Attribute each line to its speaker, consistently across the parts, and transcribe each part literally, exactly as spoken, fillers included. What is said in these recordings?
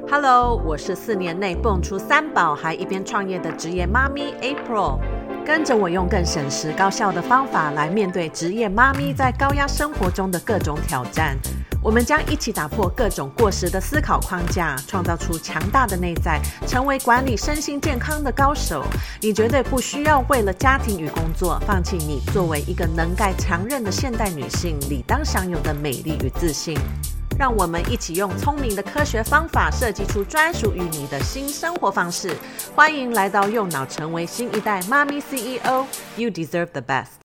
Speaker 1: Hello， 我是四年内蹦出三宝还一边创业的职业妈咪 April， 跟着我用更省时高效的方法来面对职业妈咪在高压生活中的各种挑战。我们将一起打破各种过时的思考框架，创造出强大的内在，成为管理身心健康的高手。你绝对不需要为了家庭与工作放弃你作为一个能干强韧的现代女性理当享有的美丽与自信。让我们一起用聪明的科学方法设计出专属于你的新生活方式。欢迎来到用脑成为新一代妈咪 C E O， You deserve the best。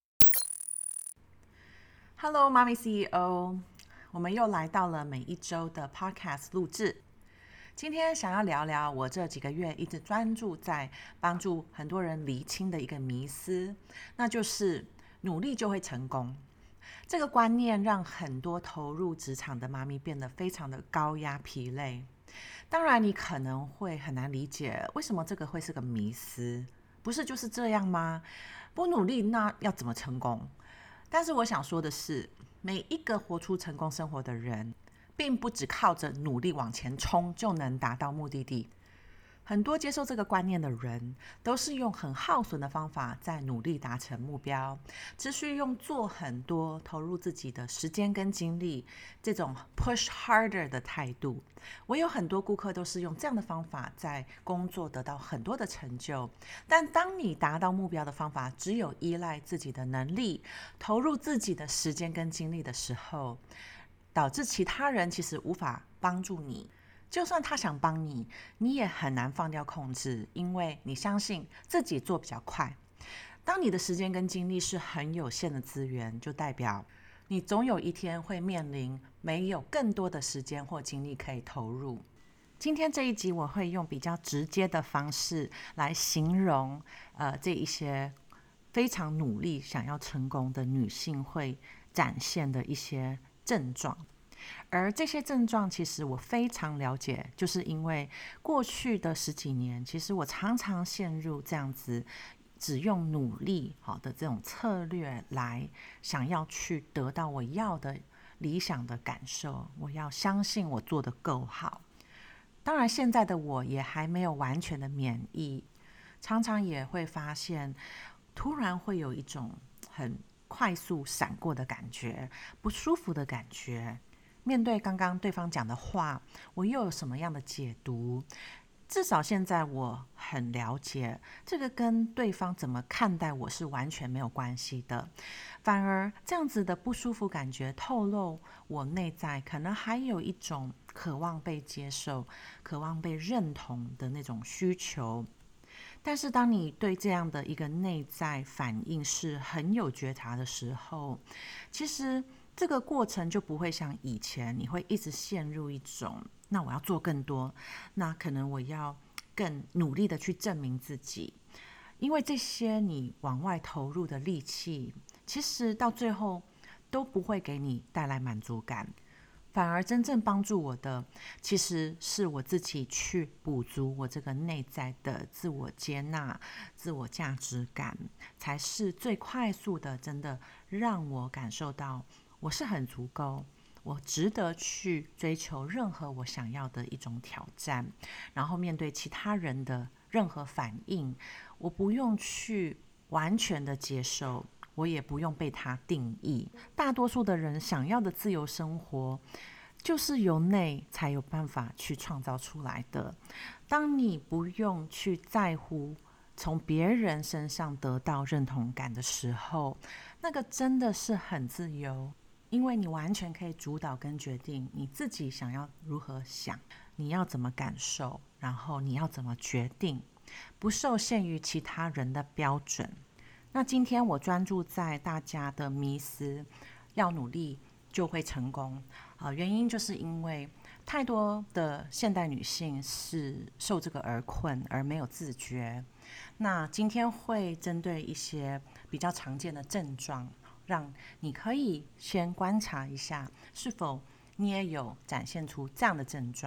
Speaker 1: Hello， 妈咪 C E O， 我们又来到了每一周的 Podcast 录制。今天想要聊聊我这几个月一直专注在帮助很多人厘清的一个迷思，那就是努力就会成功。这个观念让很多投入职场的妈咪变得非常的高压疲累。当然你可能会很难理解为什么这个会是个迷思，不是就是这样吗？不努力那要怎么成功？但是我想说的是，每一个活出成功生活的人并不只靠着努力往前冲就能达到目的地。很多接受这个观念的人都是用很耗损的方法在努力达成目标，持续用做很多投入自己的时间跟精力，这种 push harder 的态度。我有很多顾客都是用这样的方法在工作得到很多的成就，但当你达到目标的方法只有依赖自己的能力，投入自己的时间跟精力的时候，导致其他人其实无法帮助你。就算他想帮你，你也很难放掉控制，因为你相信自己做比较快。当你的时间跟精力是很有限的资源，就代表你总有一天会面临没有更多的时间或精力可以投入。今天这一集我会用比较直接的方式来形容呃，这一些非常努力想要成功的女性会展现的一些症状。而这些症状其实我非常了解，就是因为过去的十几年，其实我常常陷入这样子只用努力好的这种策略来想要去得到我要的理想的感受，我要相信我做得够好。当然现在的我也还没有完全的免疫，常常也会发现突然会有一种很快速闪过的感觉，不舒服的感觉。面对刚刚对方讲的话，我又有什么样的解读？至少现在我很了解，这个跟对方怎么看待我是完全没有关系的。反而这样子的不舒服感觉透露我内在可能还有一种渴望被接受、渴望被认同的那种需求。但是当你对这样的一个内在反应是很有觉察的时候，其实这个过程就不会像以前你会一直陷入一种那我要做更多，那可能我要更努力的去证明自己。因为这些你往外投入的力气，其实到最后都不会给你带来满足感，反而真正帮助我的其实是我自己去补足我这个内在的自我接纳、自我价值感，才是最快速的真的让我感受到我是很足够，我值得去追求任何我想要的一种挑战，然后面对其他人的任何反应，我不用去完全的接受，我也不用被它定义。大多数的人想要的自由生活就是由内才有办法去创造出来的。当你不用去在乎从别人身上得到认同感的时候，那个真的是很自由，因为你完全可以主导跟决定你自己想要如何想，你要怎么感受，然后你要怎么决定，不受限于其他人的标准。那今天我专注在大家的迷思，要努力就会成功、呃、原因就是因为太多的现代女性是受这个而困而没有自觉。那今天会针对一些比较常见的症状，让你可以先观察一下是否你也有展现出这样的症状。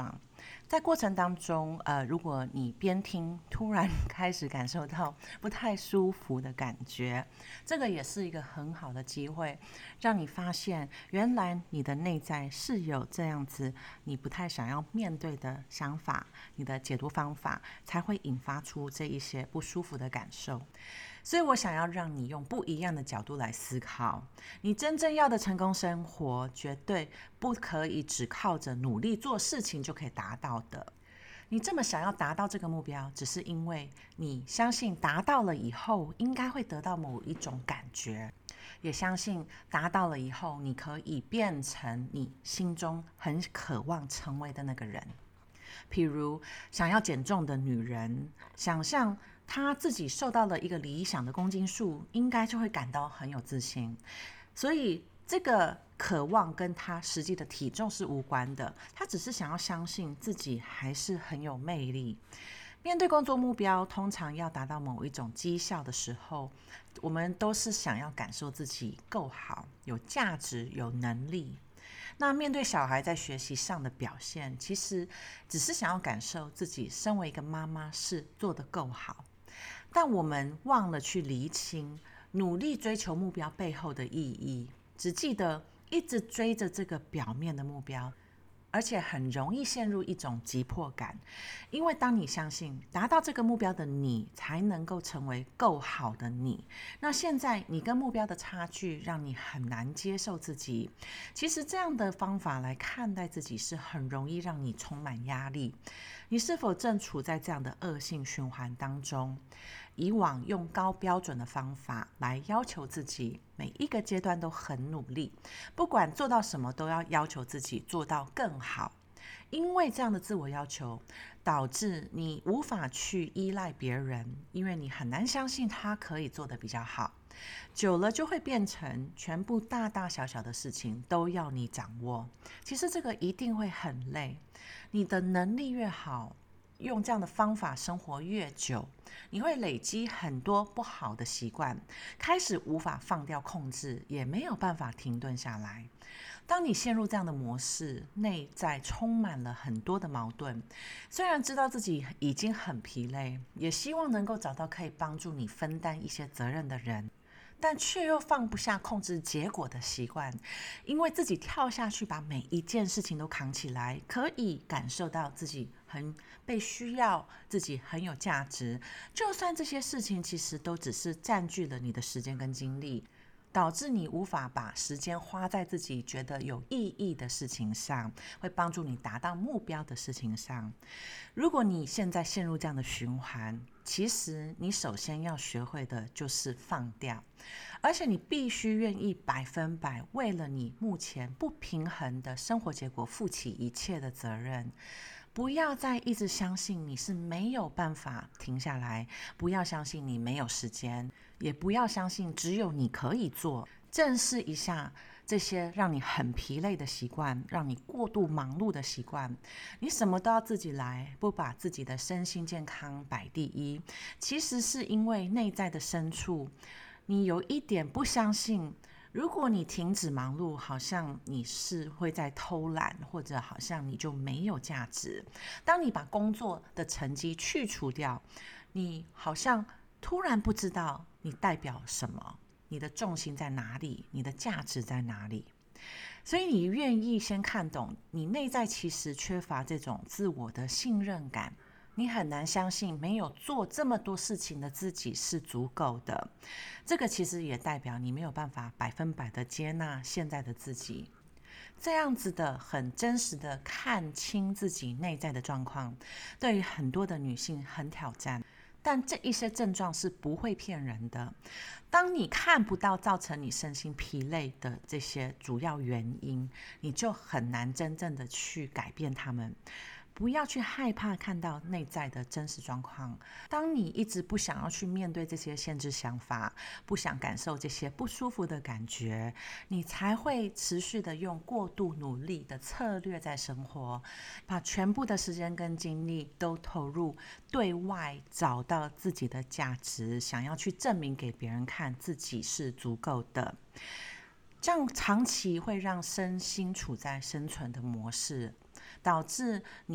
Speaker 1: 在过程当中，呃，如果你边听突然开始感受到不太舒服的感觉，这个也是一个很好的机会，让你发现原来你的内在是有这样子你不太想要面对的想法，你的解读方法才会引发出这一些不舒服的感受。所以我想要让你用不一样的角度来思考，你真正要的成功生活绝对不可以只靠着努力做事情就可以达到的。你这么想要达到这个目标，只是因为你相信达到了以后应该会得到某一种感觉，也相信达到了以后你可以变成你心中很渴望成为的那个人。譬如想要减重的女人，想象她自己瘦到了一个理想的公斤数，应该就会感到很有自信。所以这个渴望跟她实际的体重是无关的，她只是想要相信自己还是很有魅力。面对工作目标，通常要达到某一种绩效的时候，我们都是想要感受自己够好、有价值、有能力。那面对小孩在学习上的表现，其实只是想要感受自己身为一个妈妈是做得够好，但我们忘了去厘清努力追求目标背后的意义，只记得一直追着这个表面的目标，而且很容易陷入一种急迫感，因为当你相信达到这个目标的你才能够成为够好的你，那现在你跟目标的差距让你很难接受自己。其实这样的方法来看待自己是很容易让你充满压力。你是否正处在这样的恶性循环当中？以往用高标准的方法来要求自己，每一个阶段都很努力，不管做到什么都要要求自己做到更好。因为这样的自我要求，导致你无法去依赖别人，因为你很难相信他可以做得比较好。久了就会变成全部大大小小的事情都要你掌握，其实这个一定会很累。你的能力越好，用这样的方法生活越久，你会累积很多不好的习惯，开始无法放掉控制，也没有办法停顿下来。当你陷入这样的模式，内在充满了很多的矛盾，虽然知道自己已经很疲累，也希望能够找到可以帮助你分担一些责任的人，但却又放不下控制结果的习惯，因为自己跳下去把每一件事情都扛起来，可以感受到自己很被需要，自己很有价值，就算这些事情其实都只是占据了你的时间跟精力，导致你无法把时间花在自己觉得有意义的事情上，会帮助你达到目标的事情上。如果你现在陷入这样的循环，其实你首先要学会的就是放掉，而且你必须愿意百分百为了你目前不平衡的生活结果负起一切的责任。不要再一直相信你是没有办法停下来，不要相信你没有时间，也不要相信只有你可以做。正视一下这些让你很疲累的习惯，让你过度忙碌的习惯，你什么都要自己来，不把自己的身心健康摆第一，其实是因为内在的深处，你有一点不相信，如果你停止忙碌，好像你是会在偷懒，或者好像你就没有价值。当你把工作的成绩去除掉，你好像突然不知道你代表什么，你的重心在哪里，你的价值在哪里。所以你愿意先看懂，你内在其实缺乏这种自我的信任感，你很难相信没有做这么多事情的自己是足够的。这个其实也代表你没有办法百分百的接纳现在的自己。这样子的很真实的看清自己内在的状况，对于很多的女性很挑战，但这一些症状是不会骗人的。当你看不到造成你身心疲累的这些主要原因，你就很难真正的去改变它们。不要去害怕看到内在的真实状况。当你一直不想要去面对这些限制想法，不想感受这些不舒服的感觉，你才会持续的用过度努力的策略在生活，把全部的时间跟精力都投入对外找到自己的价值，想要去证明给别人看自己是足够的。这样长期会让身心处在生存的模式，导致你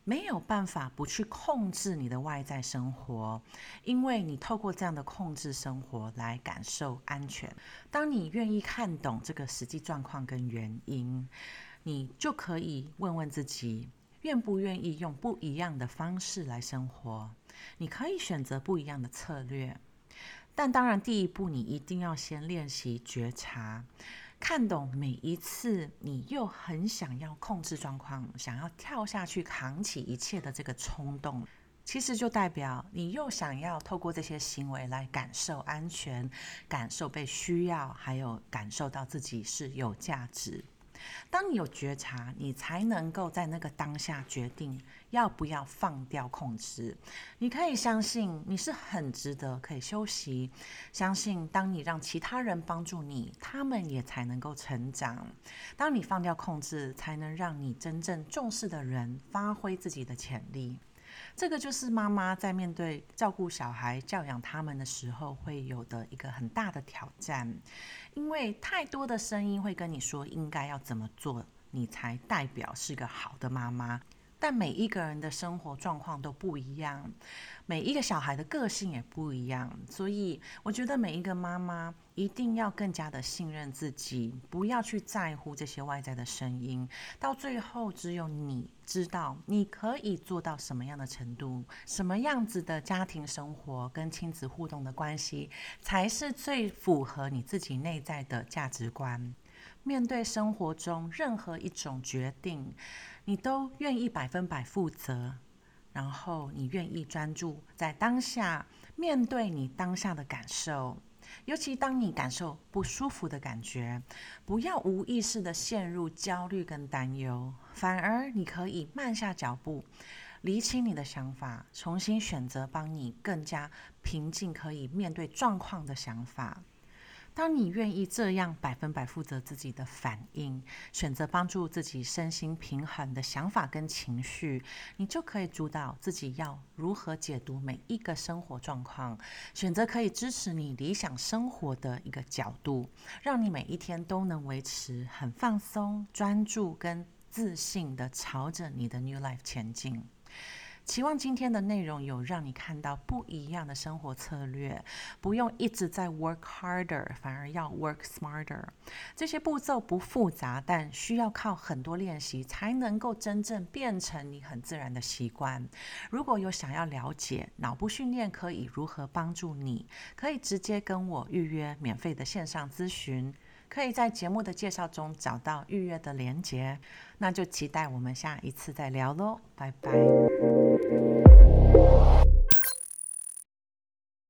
Speaker 1: 没有办法不去控制你的外在生活，因为你透过这样的控制生活来感受安全。当你愿意看懂这个实际状况跟原因，你就可以问问自己，愿不愿意用不一样的方式来生活。你可以选择不一样的策略，但当然第一步你一定要先练习觉察，看懂每一次你又很想要控制状况，想要跳下去扛起一切的这个冲动，其实就代表你又想要透过这些行为来感受安全，感受被需要，还有感受到自己是有价值。当你有觉察，你才能够在那个当下决定要不要放掉控制。你可以相信你是很值得可以休息，相信当你让其他人帮助你，他们也才能够成长。当你放掉控制，才能让你真正重视的人发挥自己的潜力。这个就是妈妈在面对照顾小孩、教养他们的时候会有的一个很大的挑战，因为太多的声音会跟你说应该要怎么做，你才代表是个好的妈妈。但每一个人的生活状况都不一样，每一个小孩的个性也不一样，所以我觉得每一个妈妈一定要更加的信任自己，不要去在乎这些外在的声音。到最后，只有你知道你可以做到什么样的程度，什么样子的家庭生活跟亲子互动的关系，才是最符合你自己内在的价值观。面对生活中任何一种决定，你都愿意百分百负责，然后你愿意专注在当下，面对你当下的感受。尤其当你感受不舒服的感觉，不要无意识的陷入焦虑跟担忧，反而你可以慢下脚步，厘清你的想法，重新选择帮你更加平静可以面对状况的想法。当你愿意这样百分百负责自己的反应，选择帮助自己身心平衡的想法跟情绪，你就可以主导自己要如何解读每一个生活状况，选择可以支持你理想生活的一个角度，让你每一天都能维持很放松、专注跟自信的朝着你的 New Life 前进。期望今天的内容有让你看到不一样的生活策略，不用一直在 work harder， 反而要 work smarter。 这些步骤不复杂，但需要靠很多练习才能够真正变成你很自然的习惯。如果有想要了解脑部训练可以如何帮助你，可以直接跟我预约免费的线上咨询，可以在节目的介绍中找到预约的连结。那就期待我们下一次再聊咯，拜拜。